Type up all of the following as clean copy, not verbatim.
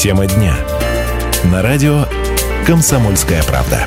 Тема дня. На радио «Комсомольская правда».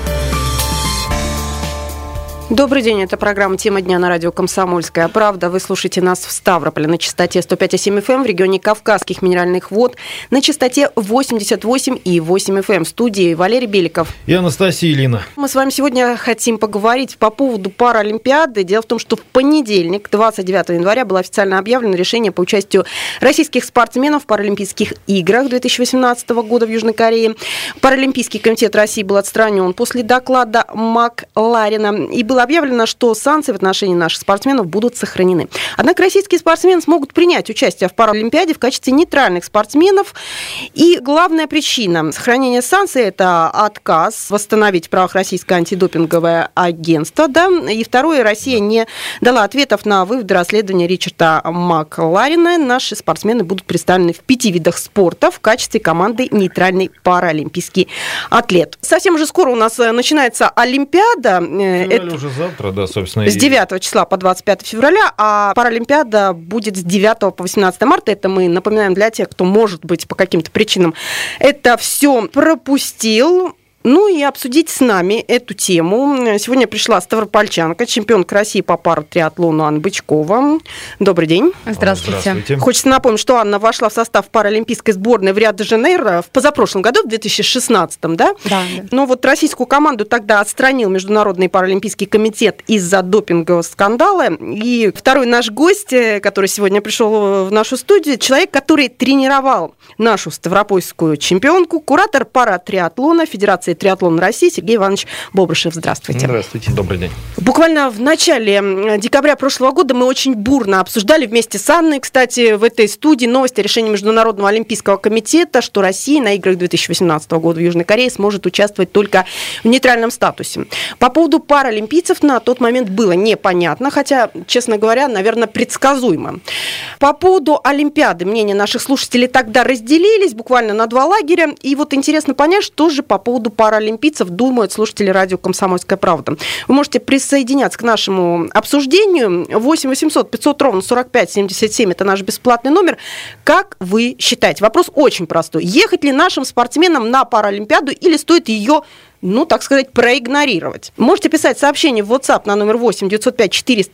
Добрый день, это программа «Тема дня» на радио «Комсомольская правда». Вы слушаете нас в Ставрополе на частоте 105,7 FM, в регионе Кавказских минеральных вод на частоте 88,8 FM. В студии Валерий Беликов и Анастасия Ильина. Мы с вами сегодня хотим поговорить по поводу Паралимпиады. Дело в том, что в понедельник, 29 января, было официально объявлено решение по участию российских спортсменов в Паралимпийских играх 2018 года в Южной Корее. Паралимпийский комитет России был отстранен после доклада Макларена, и было объявлено, что санкции в отношении наших спортсменов будут сохранены. Однако российские спортсмены смогут принять участие в Паралимпиаде в качестве нейтральных спортсменов. И главная причина сохранения санкций – это отказ восстановить в правах российское антидопинговое агентство. Да? И второе, Россия не дала ответов на выводы расследования Ричарда Макларена. Наши спортсмены будут представлены в 5 видах спорта в качестве команды нейтральный паралимпийский атлет. Совсем уже скоро у нас начинается Олимпиада. Это уже завтра, да, собственно. С 9 числа по 25 февраля, а Паралимпиада будет с 9 по 18 марта. Это мы напоминаем для тех, кто, может быть, по каким-то причинам это все пропустил. Ну и обсудить с нами эту тему. Сегодня пришла ставропольчанка, чемпионка России по паратриатлону Анна Бычкова. Добрый день. Здравствуйте. Хочется напомнить, что Анна вошла в состав паралимпийской сборной в Рио-де-Жанейро в позапрошлом году, в 2016, да? Да. Но вот российскую команду тогда отстранил Международный паралимпийский комитет из-за допингового скандала. И второй наш гость, который сегодня пришел в нашу студию, человек, который тренировал нашу ставропольскую чемпионку, куратор паратриатлона Федерации триатлона России Сергей Иванович Бобрышев. Здравствуйте. Здравствуйте, добрый день. Буквально в начале декабря прошлого года мы очень бурно обсуждали вместе с Анной, кстати, в этой студии новости о решении Международного олимпийского комитета, что Россия на играх 2018 года в Южной Корее сможет участвовать только в нейтральном статусе. По поводу паралимпийцев на тот момент было непонятно, хотя, честно говоря, наверное, предсказуемо. По поводу Олимпиады мнения наших слушателей тогда разделились буквально на два лагеря. И вот интересно понять, что же по поводу паралимпийцев думают слушатели радио «Комсомольская правда». Вы можете присоединяться к нашему обсуждению. 8 800 500 ровно 45 77 – это наш бесплатный номер. Как вы считаете? Вопрос очень простой. Ехать ли нашим спортсменам на Паралимпиаду или стоит ее, так сказать, проигнорировать? Можете писать сообщение в WhatsApp на номер 8 905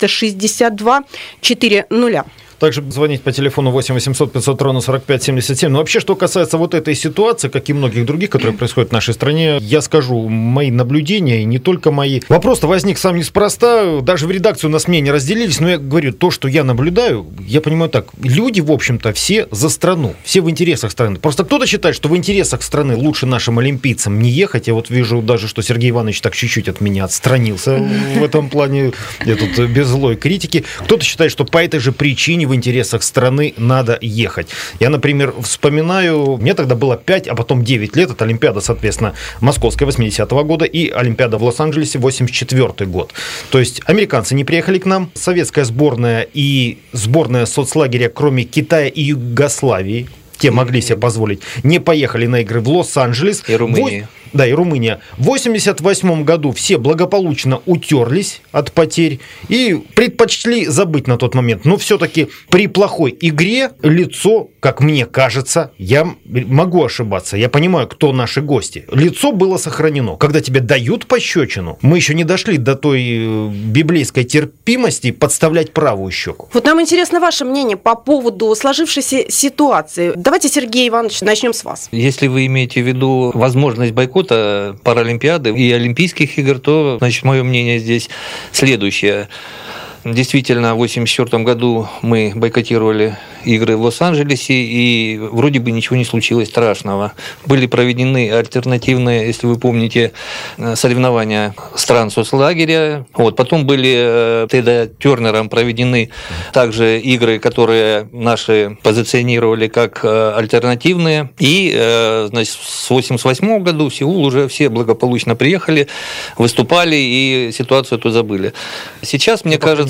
462 400. Также звонить по телефону 8 800 500 ровно 45 77. Но вообще, что касается вот этой ситуации, как и многих других, которые происходят в нашей стране, я скажу мои наблюдения, и не только мои. Вопрос-то возник сам неспроста. Даже в редакции у нас мнения разделились, но я говорю, то, что я наблюдаю, я понимаю так. Люди, в общем-то, все за страну, все в интересах страны. Просто кто-то считает, что в интересах страны лучше нашим олимпийцам не ехать. Я вот вижу даже, что Сергей Иванович так чуть-чуть от меня отстранился в этом плане. Я тут без злой критики. Кто-то считает, что по этой же причине в интересах страны надо ехать. Я, например, вспоминаю, мне тогда было 5, а потом 9 лет. Это Олимпиада, соответственно, Московская 80-го года и Олимпиада в Лос-Анджелесе 84-й год. То есть американцы не приехали к нам, советская сборная и сборная соцлагеря, кроме Китая и Югославии, те могли себе позволить, не поехали на игры в Лос-Анджелес. И Румыния. Да, и Румыния. В 1988 году все благополучно утерлись от потерь и предпочли забыть на тот момент. Но все-таки при плохой игре лицо, как мне кажется, я могу ошибаться, я понимаю, кто наши гости, лицо было сохранено. Когда тебе дают пощечину, мы еще не дошли до той библейской терпимости подставлять правую щеку. Вот нам интересно ваше мнение по поводу сложившейся ситуации. Давайте, Сергей Иванович, начнем с вас. Если вы имеете в виду возможность бойкота Паралимпиады и Олимпийских игр, то, значит, мое мнение здесь следующее. Действительно, в 1984 году мы бойкотировали игры в Лос-Анджелесе, и вроде бы ничего не случилось страшного. Были проведены альтернативные, если вы помните, соревнования стран соцлагеря. Потом были Теда Тернером проведены также игры, которые наши позиционировали как альтернативные. И, значит, с 1988 года в Сеул уже все благополучно приехали, выступали и ситуацию эту забыли. Сейчас, мне кажется,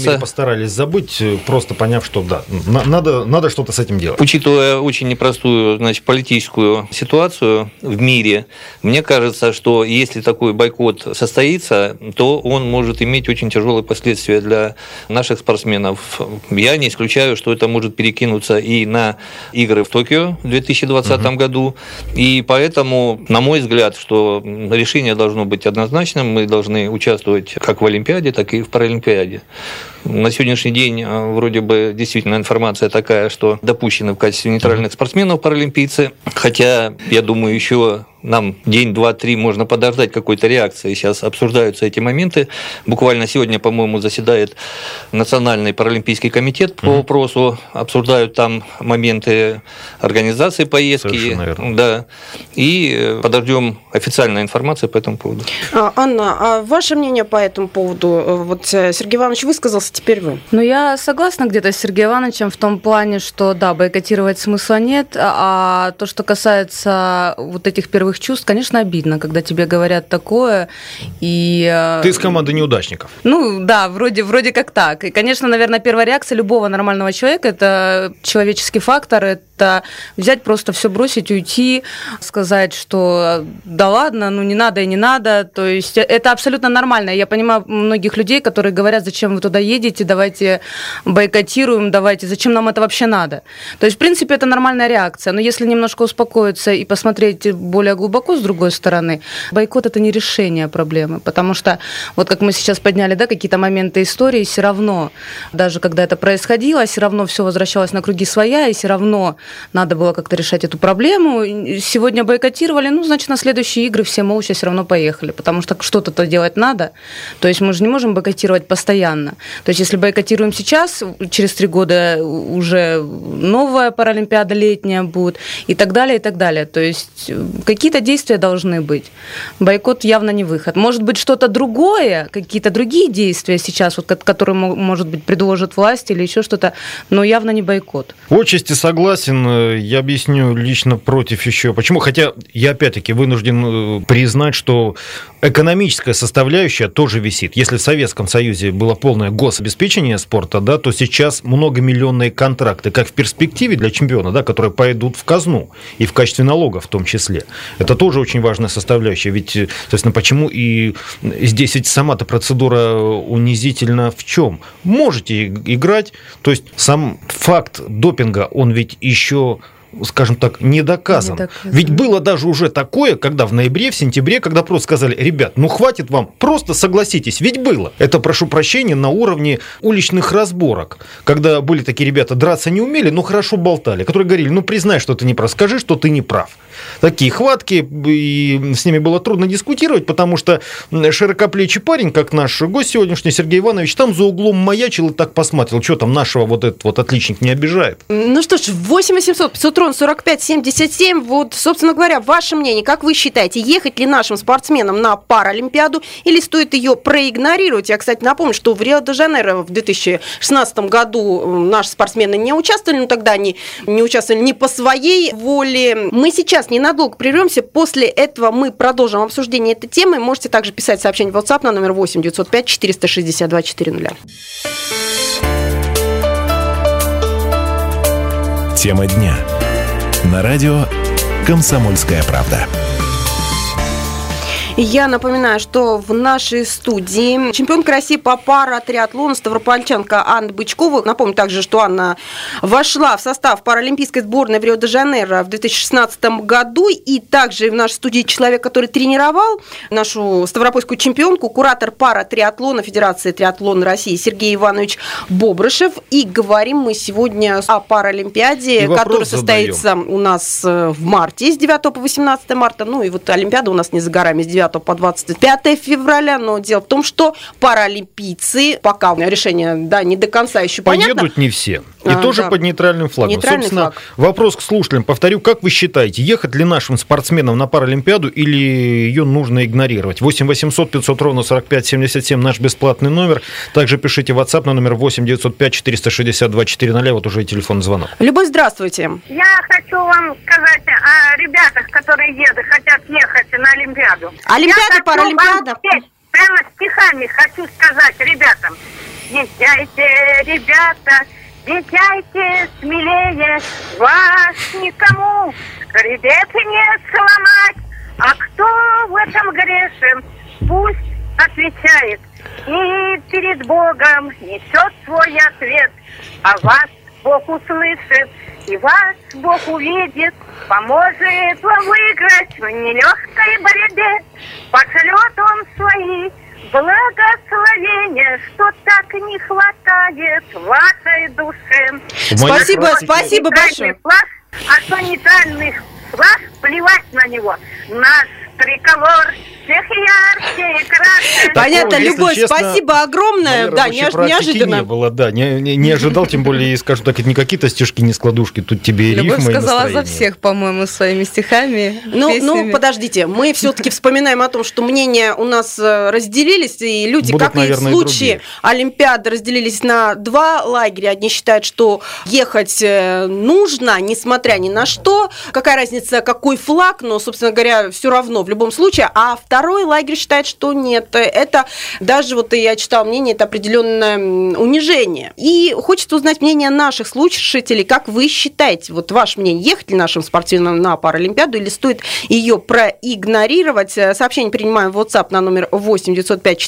мере, постарались забыть, просто поняв, что да, надо что-то с этим делать. Учитывая очень непростую, политическую ситуацию в мире, мне кажется, что если такой бойкот состоится, то он может иметь очень тяжелые последствия для наших спортсменов. Я не исключаю, что это может перекинуться и на игры в Токио в 2020 году. И поэтому, на мой взгляд, что решение должно быть однозначным. Мы должны участвовать как в Олимпиаде, так и в Паралимпиаде. На сегодняшний день вроде бы действительно информация такая, что допущены в качестве нейтральных спортсменов паралимпийцы. Хотя, я думаю, еще нам день, два, три можно подождать какой-то реакции. Сейчас обсуждаются эти моменты. Буквально сегодня, по-моему, заседает Национальный паралимпийский комитет по вопросу. Обсуждают там моменты организации поездки. Совершенно верно. Да. И подождем официальной информации по этому поводу. Анна, а ваше мнение по этому поводу? Вот Сергей Иванович высказался, теперь вы. Ну, я согласна где-то с Сергеем Ивановичем в том плане, что, да, бойкотировать смысла нет, а то, что касается вот этих первых чувств, конечно, обидно, когда тебе говорят такое. И... Ты из команды неудачников. Ну, да, вроде как так. И, конечно, наверное, первая реакция любого нормального человека – это человеческий фактор, это взять, просто все бросить, уйти, сказать, что да ладно, ну не надо и не надо. То есть это абсолютно нормально. Я понимаю многих людей, которые говорят, зачем вы туда едете, давайте бойкотируем, давайте, зачем нам это вообще надо. То есть, в принципе, это нормальная реакция. Но если немножко успокоиться и посмотреть более глубоко с другой стороны, бойкот – это не решение проблемы, потому что, вот как мы сейчас подняли, да, какие-то моменты истории, все равно, даже когда это происходило, все равно все возвращалось на круги своя, и все равно надо было как-то решать эту проблему. Сегодня бойкотировали, ну, значит, на следующие игры все молча все равно поехали, потому что что-то делать надо. То есть мы же не можем бойкотировать постоянно. То есть если бойкотируем сейчас, через 3 года уже новая Паралимпиада летняя будет и так далее, и так далее. То есть какие-то действия должны быть. Бойкот явно не выход. Может быть, что-то другое, какие-то другие действия сейчас, вот, которые, может быть, предложит власть или еще что-то, но явно не бойкот. Отчасти согласен. Я объясню лично против еще. Почему? Хотя я опять-таки вынужден признать, что экономическая составляющая тоже висит. Если в Советском Союзе было полное гособеспечение спорта, да, то сейчас многомиллионные контракты, как в перспективе для чемпиона, да, которые пойдут в казну и в качестве налога в том числе. Это тоже очень важная составляющая. Ведь, собственно, почему и здесь ведь сама-то процедура унизительна в чем? Можете играть, то есть сам факт допинга, он ведь еще, скажем так, не доказан. Ведь было даже уже такое, когда в ноябре, в сентябре, когда просто сказали: ребят, ну хватит вам, просто согласитесь, ведь было. Это, прошу прощения, на уровне уличных разборок, когда были такие ребята, драться не умели, но хорошо болтали, которые говорили: ну признай, что ты не прав, скажи, что ты не прав. Такие хватки, и с ними было трудно дискутировать, потому что широкоплечий парень, как наш гость сегодняшний, Сергей Иванович, там за углом маячил и так посмотрел, что там нашего вот этот вот отличник не обижает. Ну что ж, 8 800 500 ровно 45 77. Вот, собственно говоря, ваше мнение, как вы считаете, ехать ли нашим спортсменам на Паралимпиаду или стоит ее проигнорировать? Я, кстати, напомню, что в Рио-де-Жанейро в 2016 году наши спортсмены не участвовали, но тогда они не участвовали не по своей воле. Мы сейчас ненадолго прервемся. После этого мы продолжим обсуждение этой темы. Можете также писать сообщение в WhatsApp на номер 8 905 462 400. Тема дня. На радио «Комсомольская правда». Я напоминаю, что в нашей студии чемпионка России по паратриатлону, ставропольчанка Анна Бычкова. Напомню также, что Анна вошла в состав паралимпийской сборной в Рио-де-Жанейро в 2016 году. И также в нашей студии человек, который тренировал нашу ставропольскую чемпионку, куратор паратриатлона Федерации триатлона России Сергей Иванович Бобрышев. И говорим мы сегодня о Паралимпиаде, которая состоится у нас в марте, с 9 по 18 марта. Ну и вот Олимпиада у нас не за горами, с 9 по 25 февраля, но дело в том, что паралимпийцы, пока решение, да, не до конца еще понятно. Поедут не все. И тоже под нейтральным флагом. Нейтральный Собственно, флаг. вопрос к слушателям. Повторю, как вы считаете, ехать ли нашим спортсменам на Паралимпиаду или ее нужно игнорировать? 8 800 500 ровно 45 77 наш бесплатный номер. Также пишите в WhatsApp на номер 8 905 462 400. Вот уже и телефонный звонок. Любовь, здравствуйте. Я хочу вам сказать о ребятах, которые хотят ехать на Олимпиаду. Олимпиада, Паралимпиада. Прямо стихами хочу сказать ребятам. Езжайте, ребята, езжайте смелее, вас никому хребет не сломать. А кто в этом грешен, пусть отвечает и перед Богом несет свой ответ. А вас Бог услышит, и вас Бог увидит, поможет вам выиграть в нелегкой борьбе. Пошлет Он свои благословения, что так не хватает вашей душе. Спасибо большое. Флаг, а что нейтральный флаг, плевать на него. Наш триколор всех ярче и краше. Понятно, Если Любовь, честно, спасибо огромное. Да, неожиданно. Не было, да, не ожидал, тем более, скажу так, это не какие-то стишки, не складушки, тут тебе и Любовь рифмы, и сказала настроение. за всех, по-моему, своими стихами. Ну, подождите, мы все-таки вспоминаем о том, что мнения у нас разделились, и люди, Будут, как и в наверное, и случае другие. Олимпиады, разделились на два лагеря. Одни считают, что ехать нужно, несмотря ни на что. Какая разница, какой флаг, но, собственно говоря, все равно в любом случае. А второй лагерь считает, что нет. Это даже, вот я читала мнение, это определенное унижение. И хочется узнать мнение наших слушателей. Как вы считаете, вот ваше мнение, ехать ли нашим спортсменам на Паралимпиаду или стоит ее проигнорировать? Сообщение принимаем в WhatsApp на номер 8 905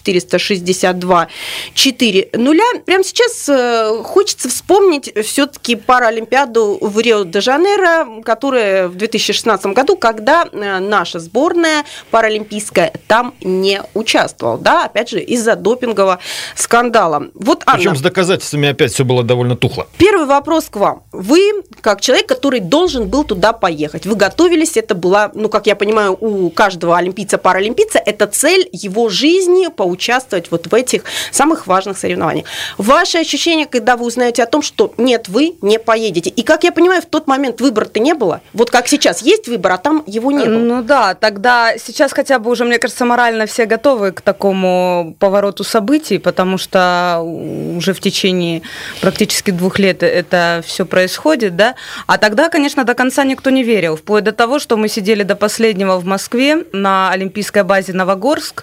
462 400. Прямо сейчас хочется вспомнить все-таки Паралимпиаду в Рио-де-Жанейро, которая в 2016 году, когда наша сборная паралимпийская там не участвовала. Да, опять же, из-за допингового скандала. Вот, Анна. Причем с доказательствами опять все было довольно тухло. Первый вопрос к вам. Вы, как человек, который должен был туда поехать, вы готовились, это была, как я понимаю, у каждого олимпийца-паралимпийца, это цель его жизни поучаствовать вот в этих самых важных соревнованиях. Ваши ощущения, когда вы узнаете о том, что нет, вы не поедете. И, как я понимаю, в тот момент выбора-то не было. Вот как сейчас есть выбор, а там его не было. Ну да, тогда сейчас хотя бы уже, мне кажется, морально все готовы к такому повороту событий, потому что уже в течение практически 2 лет это все происходит, да. А тогда, конечно, до конца никто не верил, вплоть до того, что мы сидели до последнего в Москве на олимпийской базе Новогорск,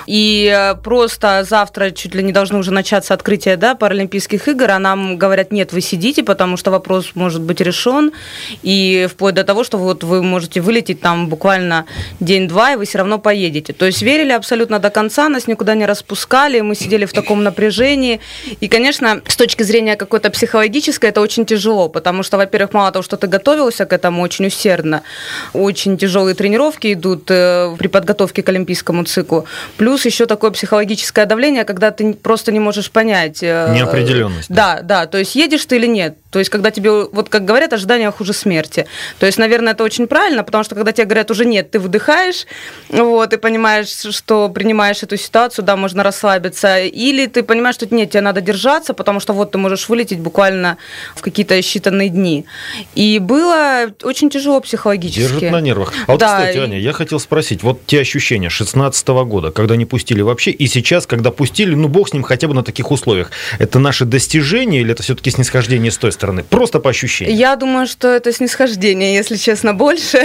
и просто завтра чуть ли не должно уже начаться открытие, да, Паралимпийских игр, а нам говорят, нет, вы сидите, потому что вопрос может быть решен, и вплоть до того, что вот вы можете вылететь там буквально день-два, и вы все равно поедете. То есть верили абсолютно до конца, нас никуда не распускали, мы сидели в таком напряжении. И, конечно, с точки зрения какой-то психологической, это очень тяжело, потому что, во-первых, мало того, что ты готовился к этому очень усердно, очень тяжелые тренировки идут при подготовке к олимпийскому циклу, плюс еще такое психологическое давление, когда ты просто не можешь понять. Неопределенность. Да, то есть едешь ты или нет. То есть, когда тебе, вот как говорят, ожидания хуже смерти. То есть, наверное, это очень правильно, потому что, когда тебе говорят уже нет, ты выдыхаешь, вот, и понимаешь, что принимаешь эту ситуацию, да, можно расслабиться, или ты понимаешь, что нет, тебе надо держаться, потому что вот ты можешь вылететь буквально в какие-то считанные дни. И было очень тяжело психологически. Держит на нервах. А вот, да, кстати, Аня, я хотел спросить, вот те ощущения 2016 года, когда не пустили вообще, и сейчас, когда пустили, бог с ним хотя бы на таких условиях, это наши достижения или это все-таки снисхождение с той стороны? Просто по ощущениям. Я думаю, что это снисхождение, если честно, больше.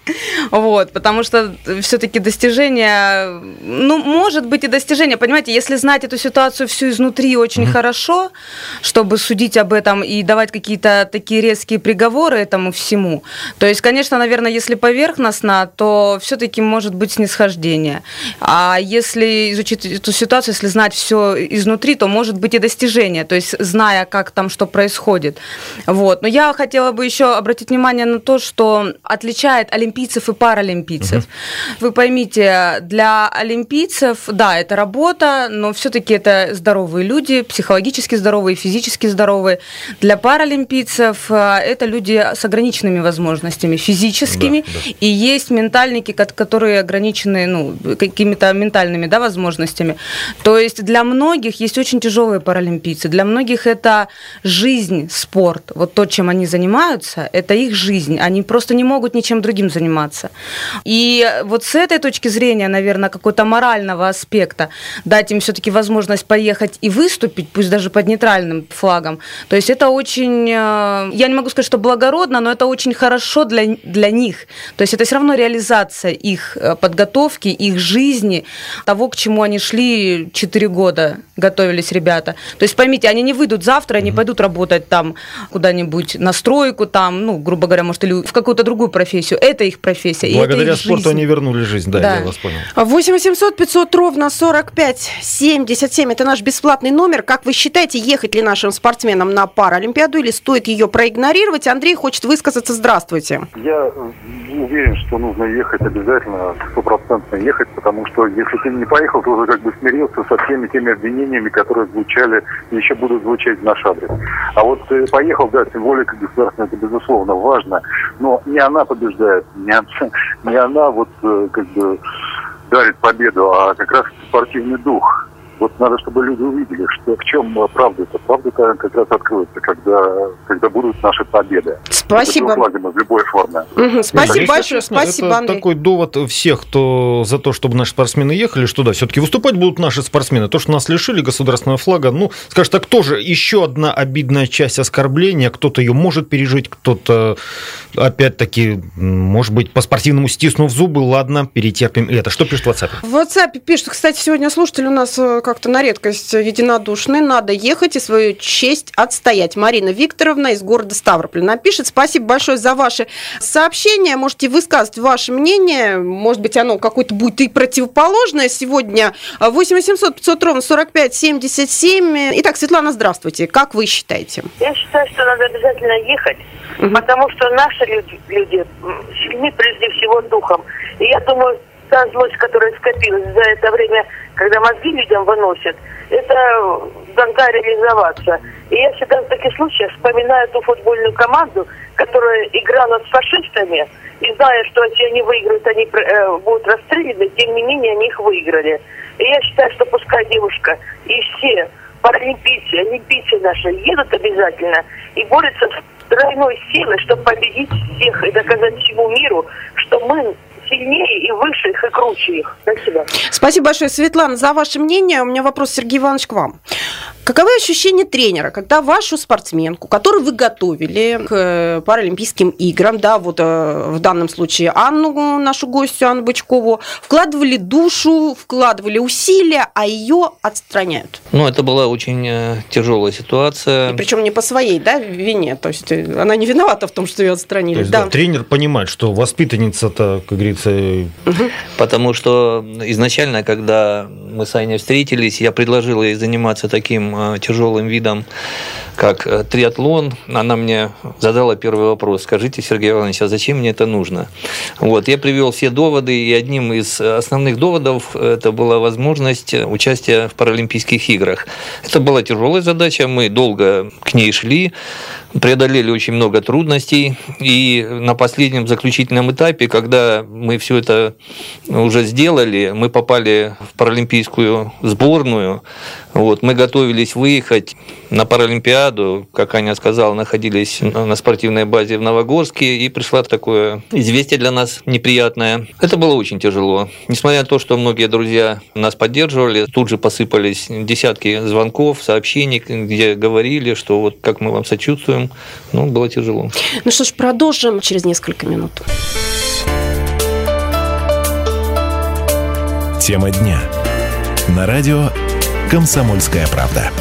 Вот, потому что все-таки достижения, может быть и достижения, понимаете, если знать эту ситуацию всю изнутри очень хорошо, чтобы судить об этом и давать какие-то такие резкие приговоры этому всему, то есть, конечно, наверное, если поверхностно, то все-таки может быть снисхождение. А если изучить эту ситуацию, если знать все изнутри, то может быть и достижение, то есть, зная, как там что происходит. Вот. Но я хотела бы еще обратить внимание на то, что отличает олимпийцев и паралимпийцев. Вы поймите, для олимпийцев, да, это работа, но все-таки это здоровые люди, психологически здоровые, физически здоровые. Для паралимпийцев это люди с ограниченными возможностями физическими, да. И есть ментальники, которые ограничены какими-то ментальными, да, возможностями. То есть для многих есть очень тяжелые паралимпийцы, для многих это жизнь, спорт. Вот то, чем они занимаются, это их жизнь. Они просто не могут ничем другим заниматься. И вот с этой точки зрения, наверное, какого-то морального аспекта, дать им все-таки возможность поехать и выступить, пусть даже под нейтральным флагом. То есть это очень... Я не могу сказать, что благородно, но это очень хорошо для них. То есть это все равно реализация их подготовки, их жизни, того, к чему они шли 4 года, готовились ребята. То есть поймите, они не выйдут завтра, они пойдут работать там куда-нибудь на стройку, там, ну, грубо говоря, может, или в какую-то другую профессию. Это их профессия. Благодаря и это их спорту жизнь. они вернули жизнь, да, я вас понял. 8 800 500 ровно 45 77. Это наш бесплатный номер. Как вы считаете, ехать ли нашим спортсменам на Паралимпиаду или стоит ее проигнорировать? Андрей хочет высказаться. Здравствуйте. Я уверен, что нужно ехать обязательно, 100% ехать, потому что если ты не поехал, то уже как бы смирился со всеми теми обвинениями, которые звучали и еще будут звучать в наш адрес. А вот поехал, да, символика государственная, это безусловно важно, но не она побеждает, не она вот как бы дарит победу, а как раз спортивный дух. Вот надо, чтобы люди увидели, что в чем правда-то. Правда-то как раз откроется, когда будут наши победы. Спасибо. В любой форме. Спасибо большое. Спасибо, Андрей. Это такой довод всех, кто за то, чтобы наши спортсмены ехали, что да, все-таки выступать будут наши спортсмены. То, что нас лишили государственного флага, ну, скажем так, тоже еще одна обидная часть оскорбления. Кто-то ее может пережить, кто-то, опять-таки, может быть, по-спортивному стиснув зубы, ладно, перетерпим это. Что пишет в WhatsApp? В WhatsApp пишут, кстати, сегодня слушатели у нас как-то на редкость единодушны. Надо ехать и свою честь отстоять. Марина Викторовна из города Ставрополь напишет. Спасибо большое за ваши сообщения. Можете высказывать ваше мнение. Может быть, оно какое-то будет и противоположное сегодня. 8 800 500 ровно 45 77. Итак, Светлана, здравствуйте. Как вы считаете? Я считаю, что надо обязательно ехать, потому что наши люди сильны прежде всего духом. И я думаю, та злость, которая скопилась за это время, когда мозги людям выносят, это должна реализоваться. И я всегда в таких случаях вспоминаю ту футбольную команду, которая играла с фашистами, и зная, что если они выиграют, они будут расстреляны, тем не менее они их выиграли. И я считаю, что пускай девушка и все паралимпийцы, олимпийцы наши едут обязательно и борются с тройной силой, чтобы победить всех и доказать всему миру, что мы сильнее и выше их, и круче их. Спасибо. Спасибо большое, Светлана, за ваше мнение. У меня вопрос, Сергей Иванович, к вам. Каковы ощущения тренера, когда вашу спортсменку, которую вы готовили к Паралимпийским играм, да, вот в данном случае Анну, нашу гостью, Анну Бычкову, вкладывали душу, вкладывали усилия, а ее отстраняют? Ну, это была очень тяжелая ситуация. И причем не по своей, да, вине, то есть она не виновата в том, что ее отстранили. То есть, да. Тренер понимает, что воспитанница-то, как говорится... Потому что изначально, когда мы с Аней встретились, я предложил ей заниматься таким тяжелым видом, как триатлон. Она мне задала первый вопрос: скажите, Сергей Иванович, а зачем мне это нужно? Вот, я привел все доводы, и одним из основных доводов это была возможность участия в Паралимпийских играх. Это была тяжелая задача, мы долго к ней шли, преодолели очень много трудностей, и на последнем заключительном этапе, когда мы все это уже сделали, мы попали в паралимпийскую сборную, вот, мы готовились выехать на Паралимпиаду, как Аня сказала, находились на спортивной базе в Новогорске, и пришло такое известие для нас неприятное. Это было очень тяжело. Несмотря на то, что многие друзья нас поддерживали, тут же посыпались десятки звонков, сообщений, где говорили, что вот как мы вам сочувствуем. Ну, было тяжело. Ну что ж, продолжим через несколько минут. Тема дня. На радио «Комсомольская правда».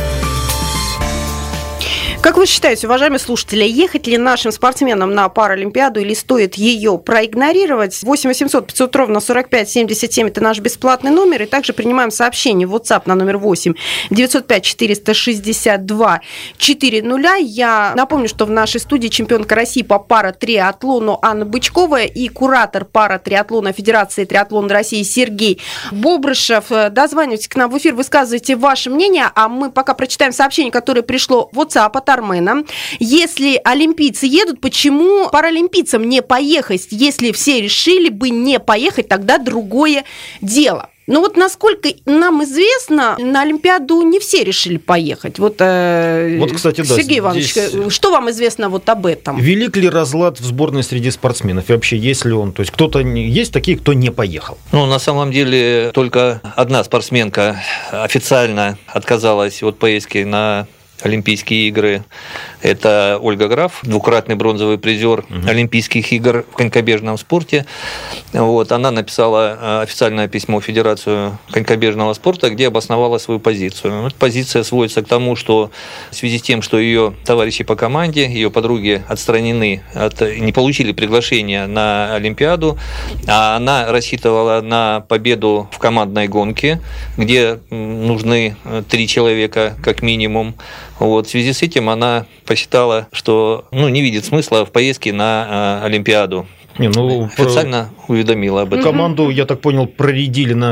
Как вы считаете, уважаемые слушатели, ехать ли нашим спортсменам на Паралимпиаду или стоит ее проигнорировать? 8 800 500 ровно 45 77 – это наш бесплатный номер. И также принимаем сообщение в WhatsApp на номер 8 905 462 400. Я напомню, что в нашей студии чемпионка России по паратриатлону Анна Бычкова и куратор паратриатлона Федерации триатлона России Сергей Бобрышев. Дозванивайтесь к нам в эфир, высказывайте ваше мнение, а мы пока прочитаем сообщение, которое пришло в WhatsApp от Армена. Если олимпийцы едут, почему паралимпийцам не поехать? Если все решили бы не поехать, тогда другое дело. Но вот насколько нам известно, на Олимпиаду не все решили поехать. Вот, кстати, да, Сергей Иванович, здесь... что вам известно вот об этом? Велик ли разлад в сборной среди спортсменов? И вообще, есть ли он? То есть, есть такие, кто не поехал? Ну, на самом деле, только одна спортсменка официально отказалась от поездки на Олимпийские игры. Это Ольга Граф, двукратный бронзовый призер Олимпийских игр в конькобежном спорте. Вот, она написала официальное письмо в Федерацию конькобежного спорта, где обосновала свою позицию. Эта позиция сводится к тому, что в связи с тем, что ее товарищи по команде, ее подруги отстранены, не получили приглашения на Олимпиаду, а она рассчитывала на победу в командной гонке, где нужны 3 человека как минимум. Вот, в связи с этим она посчитала, что не видит смысла в поездке на Олимпиаду. Официально уведомила об этом. Команду, я так понял, проредили на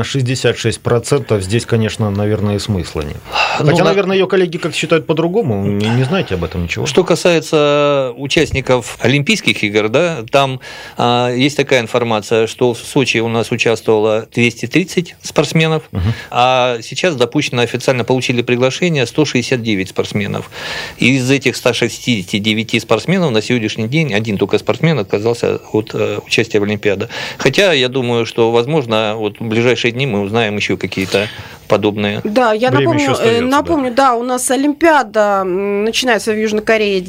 66%. Здесь, конечно, наверное, и смысла нет. Хотя, наверное, ее коллеги как считают по-другому. Не знаете об этом ничего? Что касается участников Олимпийских игр, да, там есть такая информация, что в Сочи у нас участвовало 230 спортсменов, а сейчас допущено официально получили приглашение 169 спортсменов. Из этих 169 спортсменов на сегодняшний день один только спортсмен отказался от участия в Олимпиаде. Хотя я думаю, что, возможно, в ближайшие дни мы узнаем еще какие-то подобные. Да, я напомню, да, у нас Олимпиада начинается в Южной Корее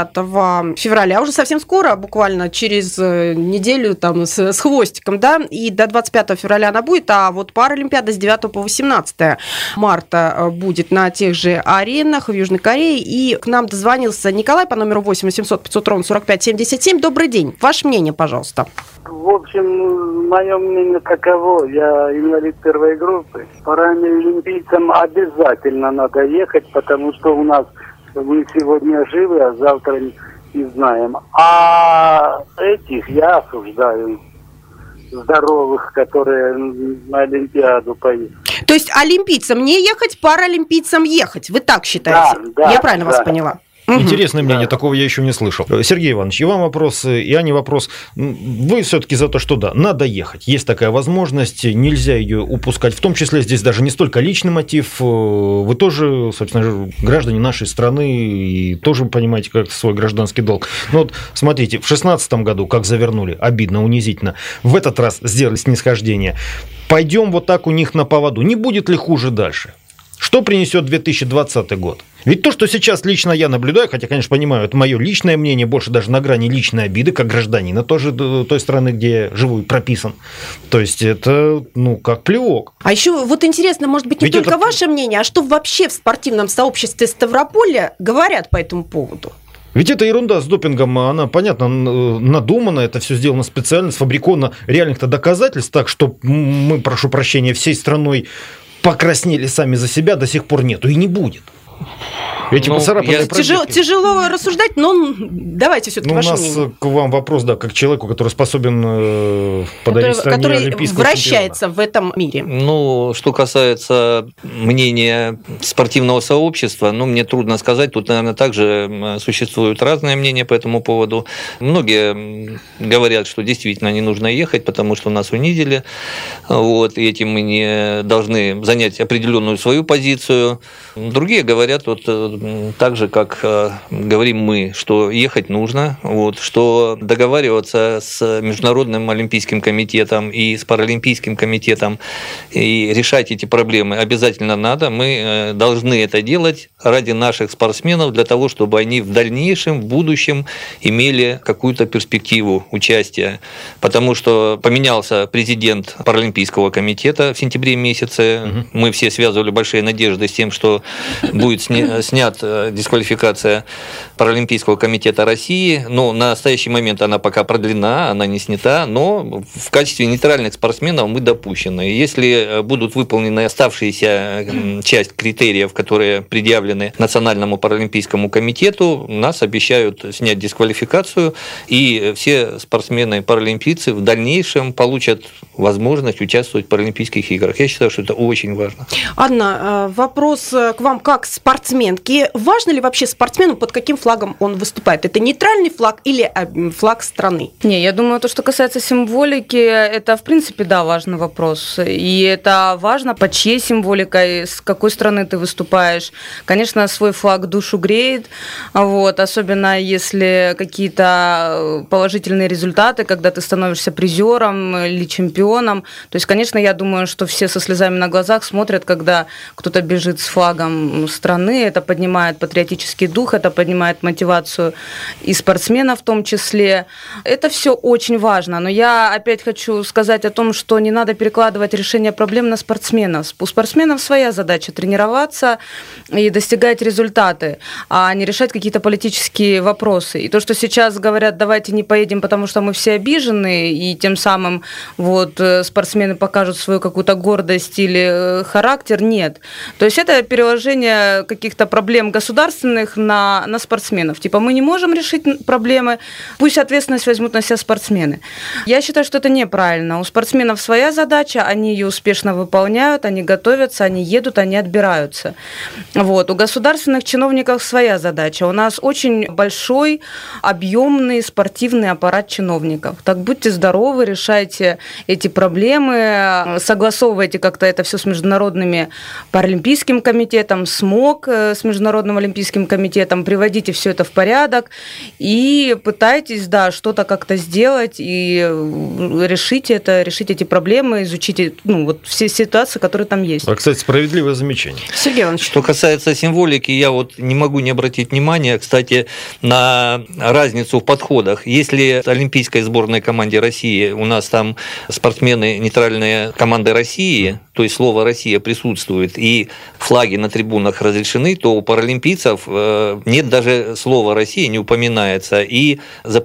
9 февраля, уже совсем скоро, буквально через неделю там с хвостиком, да, и до 25 февраля она будет, а вот Паралимпиада с 9 по 18 марта будет на тех же аренах в Южной Корее, и к нам дозвонился Николай по номеру 8 800 500 ровно 45 77. Добрый день. Ваше мнение, пожалуйста. В общем, мое мнение таково. Я инвалид первой группы. Паралимпийцам обязательно надо ехать, потому что у нас мы сегодня живы, а завтра не знаем. А этих я осуждаю. Здоровых, которые на Олимпиаду поедут. То есть олимпийцам не ехать, паралимпийцам ехать. Вы так считаете? Да, я правильно вас поняла? Интересное мнение, такого я еще не слышал. Сергей Иванович, и вам вопрос, и Ане вопрос. Вы все-таки за то, что да, надо ехать. Есть такая возможность, нельзя ее упускать. В том числе здесь даже не столько личный мотив. Вы тоже, собственно, граждане нашей страны и тоже понимаете, как свой гражданский долг. Но вот смотрите, в 2016 году как завернули, обидно, унизительно. В этот раз сделали снисхождение. Пойдем вот так у них на поводу. Не будет ли хуже дальше? Что принесет 2020 год? Ведь то, что сейчас лично я наблюдаю, хотя, конечно, понимаю, это мое личное мнение, больше даже на грани личной обиды, как гражданина тоже той страны, где я живу и прописан. То есть это, как плевок. А еще вот интересно, может быть, не только ваше мнение, а что вообще в спортивном сообществе Ставрополя говорят по этому поводу? Ведь эта ерунда с допингом, она, понятно, надумана, это все сделано специально, сфабриковано реальных-то доказательств, так что мы, прошу прощения, всей страной покраснели сами за себя, до сих пор нету и не будет. Эти тяжело рассуждать, но давайте все-таки ваше мнение. У нас к вам вопрос, да, как человеку, который способен подарить стране олимпийского вращается чемпиона. В этом мире. Что касается мнения спортивного сообщества, мне трудно сказать. Тут, наверное, также существуют разные мнения по этому поводу. Многие говорят, что действительно не нужно ехать, потому что нас унизили. И этим мы не должны занять определенную свою позицию. Другие говорят так же, как говорим мы, что ехать нужно, что договариваться с Международным олимпийским комитетом и с Паралимпийским комитетом и решать эти проблемы обязательно надо. Мы должны это делать ради наших спортсменов, для того, чтобы они в дальнейшем, в будущем имели какую-то перспективу участия. Потому что поменялся президент Паралимпийского комитета в сентябре месяце. Мы все связывали большие надежды с тем, что будет снят дисквалификация Паралимпийского комитета России, но на настоящий момент она пока продлена, она не снята, но в качестве нейтральных спортсменов мы допущены. Если будут выполнены оставшиеся часть критериев, которые предъявлены Национальному паралимпийскому комитету, нас обещают снять дисквалификацию, и все спортсмены-паралимпийцы в дальнейшем получат возможность участвовать в Паралимпийских играх. Я считаю, что это очень важно. Анна, вопрос к вам как спортсменки. Важно ли вообще спортсмену, под каким флагом он выступает? Это нейтральный флаг или флаг страны? Не, я думаю, то, что касается символики, это, в принципе, да, важный вопрос. И это важно, под чьей символикой, с какой страны ты выступаешь. Конечно, свой флаг душу греет, особенно если какие-то положительные результаты, когда ты становишься призером или чемпионом. То есть, конечно, я думаю, что все со слезами на глазах смотрят, когда кто-то бежит с флагом страны, это поднимает поднимает патриотический дух, это поднимает мотивацию и спортсменов в том числе. Это все очень важно. Но я опять хочу сказать о том, что не надо перекладывать решение проблем на спортсменов. У спортсменов своя задача – тренироваться и достигать результаты, а не решать какие-то политические вопросы. И то, что сейчас говорят, давайте не поедем, потому что мы все обижены, и тем самым вот спортсмены покажут свою какую-то гордость или характер, нет. То есть это переложение каких-то проблем государственных на спортсменов. Типа мы не можем решить проблемы, пусть ответственность возьмут на себя спортсмены. Я считаю, что это неправильно. У спортсменов своя задача, они ее успешно выполняют, они готовятся, они едут, они отбираются. Вот. У государственных чиновников своя задача. У нас очень большой, объемный спортивный аппарат чиновников. Так будьте здоровы, решайте эти проблемы, согласовывайте как-то это все с Международным паралимпийским комитетом, с МОК, с Международным олимпийским комитетом, приводите все это в порядок и пытайтесь, да, что-то как-то сделать и решить эти проблемы, изучите вот все ситуации, которые там есть. А, кстати, справедливое замечание. Сергей Иванович. Что касается символики, я вот не могу не обратить внимания, кстати, на разницу в подходах. Если в олимпийской сборной команде России у нас там спортсмены нейтральные команды России, то есть слово «Россия» присутствует, и флаги на трибунах разрешены, то у паралимпийцев нет даже слова «Россия», не упоминается, и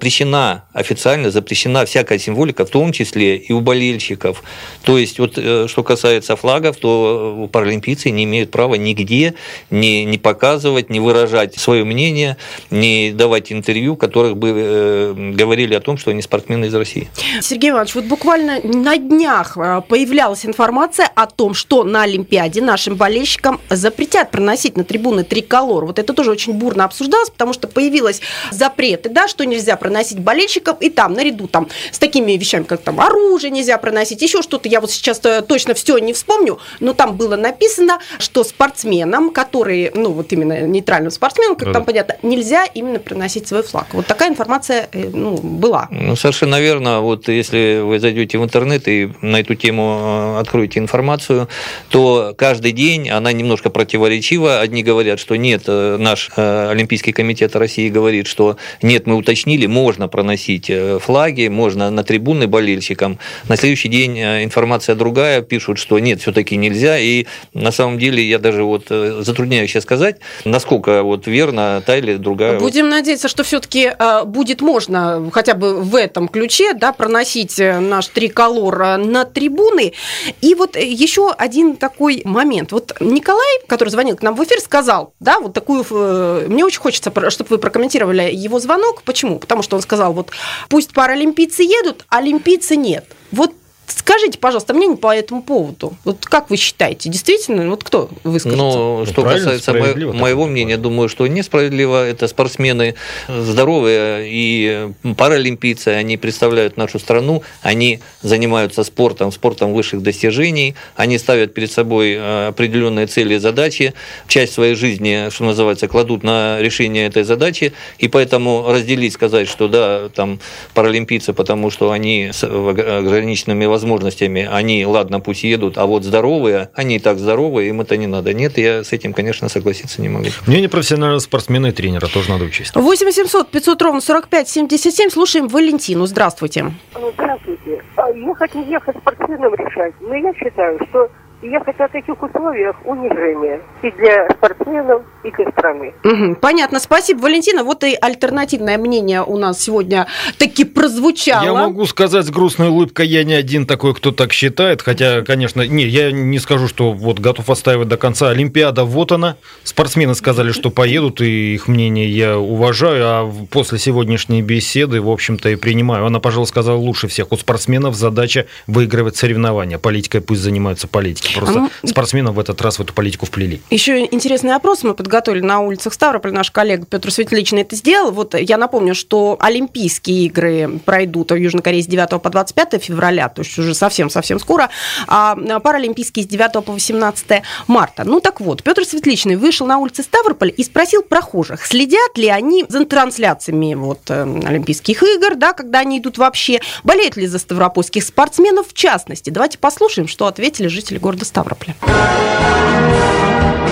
официально запрещена всякая символика, в том числе и у болельщиков. То есть, вот что касается флагов, то паралимпийцы не имеют права нигде не показывать, не выражать свое мнение, не давать интервью, в которых бы говорили о том, что они спортсмены из России. Сергей Иванович, вот буквально на днях появлялась информация о том, что на Олимпиаде нашим болельщикам запретят проносить на трибуны триколор. Вот это тоже очень бурно обсуждалось, потому что появились запреты, да, что нельзя проносить болельщиков, и там наряду там с такими вещами, как там оружие нельзя проносить, еще что-то, я вот сейчас точно все не вспомню, но там было написано, что спортсменам, которые, вот именно нейтральным спортсменам, как там понятно, нельзя именно проносить свой флаг. Вот такая информация, была. Совершенно верно. Вот если вы зайдете в интернет и на эту тему откроете информацию, то каждый день она немножко противоречива. Одни говорят, что нет, наш Олимпийский комитет России говорит, что нет, мы уточнили, можно проносить флаги, можно на трибуны болельщикам. На следующий день информация другая, пишут, что нет, все-таки нельзя. И на самом деле я даже затрудняюсь сейчас сказать, насколько верно та или другая. Будем надеяться, что все-таки будет можно хотя бы в этом ключе, да, проносить наш триколор на трибуны. И вот еще один такой момент. Вот Николай, который звонил к нам в эфир, сказал, да, вот такую, мне очень хочется, чтобы вы прокомментировали его звонок. Почему? Потому что он сказал, пусть паралимпийцы едут, а олимпийцы нет. Вот скажите, пожалуйста, мнение по этому поводу. Вот как вы считаете, действительно, кто выскажется? Что касается моего мнения, думаю, что несправедливо. Это спортсмены здоровые и паралимпийцы, они представляют нашу страну, они занимаются спортом высших достижений, они ставят перед собой определенные цели и задачи, часть своей жизни, что называется, кладут на решение этой задачи, и поэтому разделить, сказать, что да, там паралимпийцы, потому что они с ограниченными возможностями, они, ладно, пусть едут, а вот здоровые, они и так здоровые, им это не надо. Нет, я с этим, конечно, согласиться не могу. Мнение профессионального спортсмена и тренера тоже надо учесть. 8 800 500 ровно 45 77. Слушаем Валентину. Здравствуйте. Здравствуйте. Ехать не ехать спортсменам решать. Но я считаю, что ехать в таких условиях унижение и для спортсменов, и для страны. Понятно, спасибо, Валентина. Вот и альтернативное мнение у нас сегодня таки прозвучало. Я могу сказать с грустной улыбкой, я не один такой, кто так считает, хотя, конечно, я не скажу, что готов отстаивать до конца. Олимпиада, вот она. Спортсмены сказали, что поедут, и их мнение я уважаю, а после сегодняшней беседы, в общем-то, и принимаю. Она, пожалуй, сказала лучше всех. У спортсменов задача выигрывать соревнования. Политикой пусть занимаются политики. Просто спортсменов в этот раз в эту политику вплели. Еще интересный опрос мы подготовили на улицах Ставрополя. Наш коллега Петр Светличный это сделал. Я напомню, что Олимпийские игры пройдут в Южной Корее с 9 по 25 февраля, то есть уже совсем-совсем скоро, а паралимпийские с 9 по 18 марта. Так вот, Петр Светличный вышел на улицы Ставрополя и спросил прохожих, следят ли они за трансляциями Олимпийских игр, да, когда они идут вообще, болеют ли за ставропольских спортсменов в частности. Давайте послушаем, что ответили жители города Ставрополя.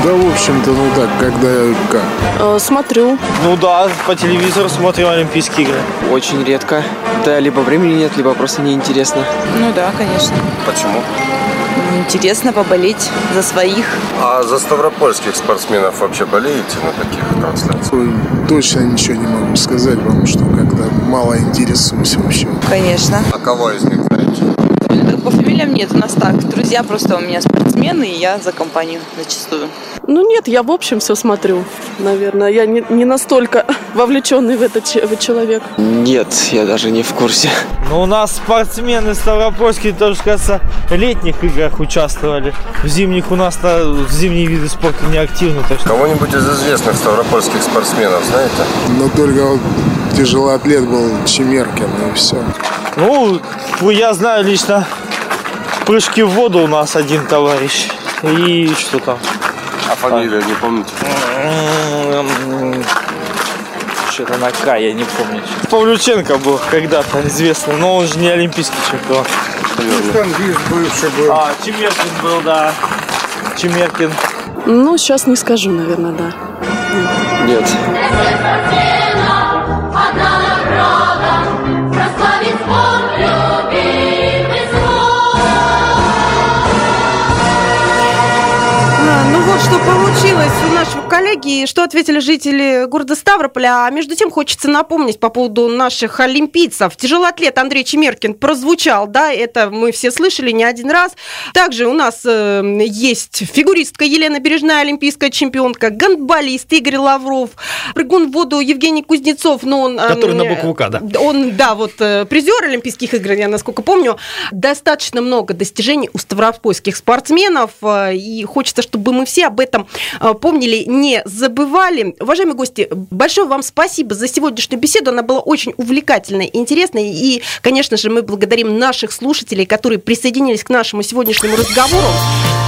Да, в общем-то, ну так, когда как. Смотрю. Ну да, по телевизору смотрю Олимпийские игры. Очень редко. Да, либо времени нет, либо просто неинтересно. Ну да, конечно. Почему? Интересно поболеть за своих. А за ставропольских спортсменов вообще болеете на таких трансляциях? Точно ничего не могу сказать, потому что как-то мало интересуюсь вообще. Конечно. А кого из них знаете? По фамилиям нет, у нас так. Друзья просто у меня спортсмены, и я за компанию зачастую. Ну нет, я в общем все смотрю, наверное. Я не настолько вовлеченный в этот человек. Нет, я даже не в курсе. Ну, у нас спортсмены ставропольские тоже, кажется, в летних играх участвовали. В зимних у нас-то в зимние виды спорта не активны. Кого-нибудь из известных ставропольских спортсменов знаете? Ну, только вот тяжелоатлет был Чемеркин, и все. Ну, я знаю лично прыжки в воду у нас один товарищ. И что там? А фамилию не помните? Что-то на К, я не помню. Павлюченко был когда-то известный, но он же не олимпийский чемпион. Штангист бывший был. Чемеркин был, да. Чемеркин. Ну, сейчас не скажу, наверное, да. Нет. Ну вот что получилось у нашего коллеги, что ответили жители города Ставрополя. А между тем хочется напомнить по поводу наших олимпийцев. Тяжелоатлет Андрей Чемеркин прозвучал, да, это мы все слышали не один раз. Также у нас есть фигуристка Елена Бережная, олимпийская чемпионка, гандболист Игорь Лавров, прыгун в воду Евгений Кузнецов, но он... Который на букву К, да? Он, да, вот призер Олимпийских игр, я насколько помню. Достаточно много достижений у ставропольских спортсменов, и хочется, чтобы мы все об этом помнили, не забывали. Уважаемые гости, большое вам спасибо за сегодняшнюю беседу. Она была очень увлекательной, интересной. И, конечно же, мы благодарим наших слушателей, которые присоединились к нашему сегодняшнему разговору.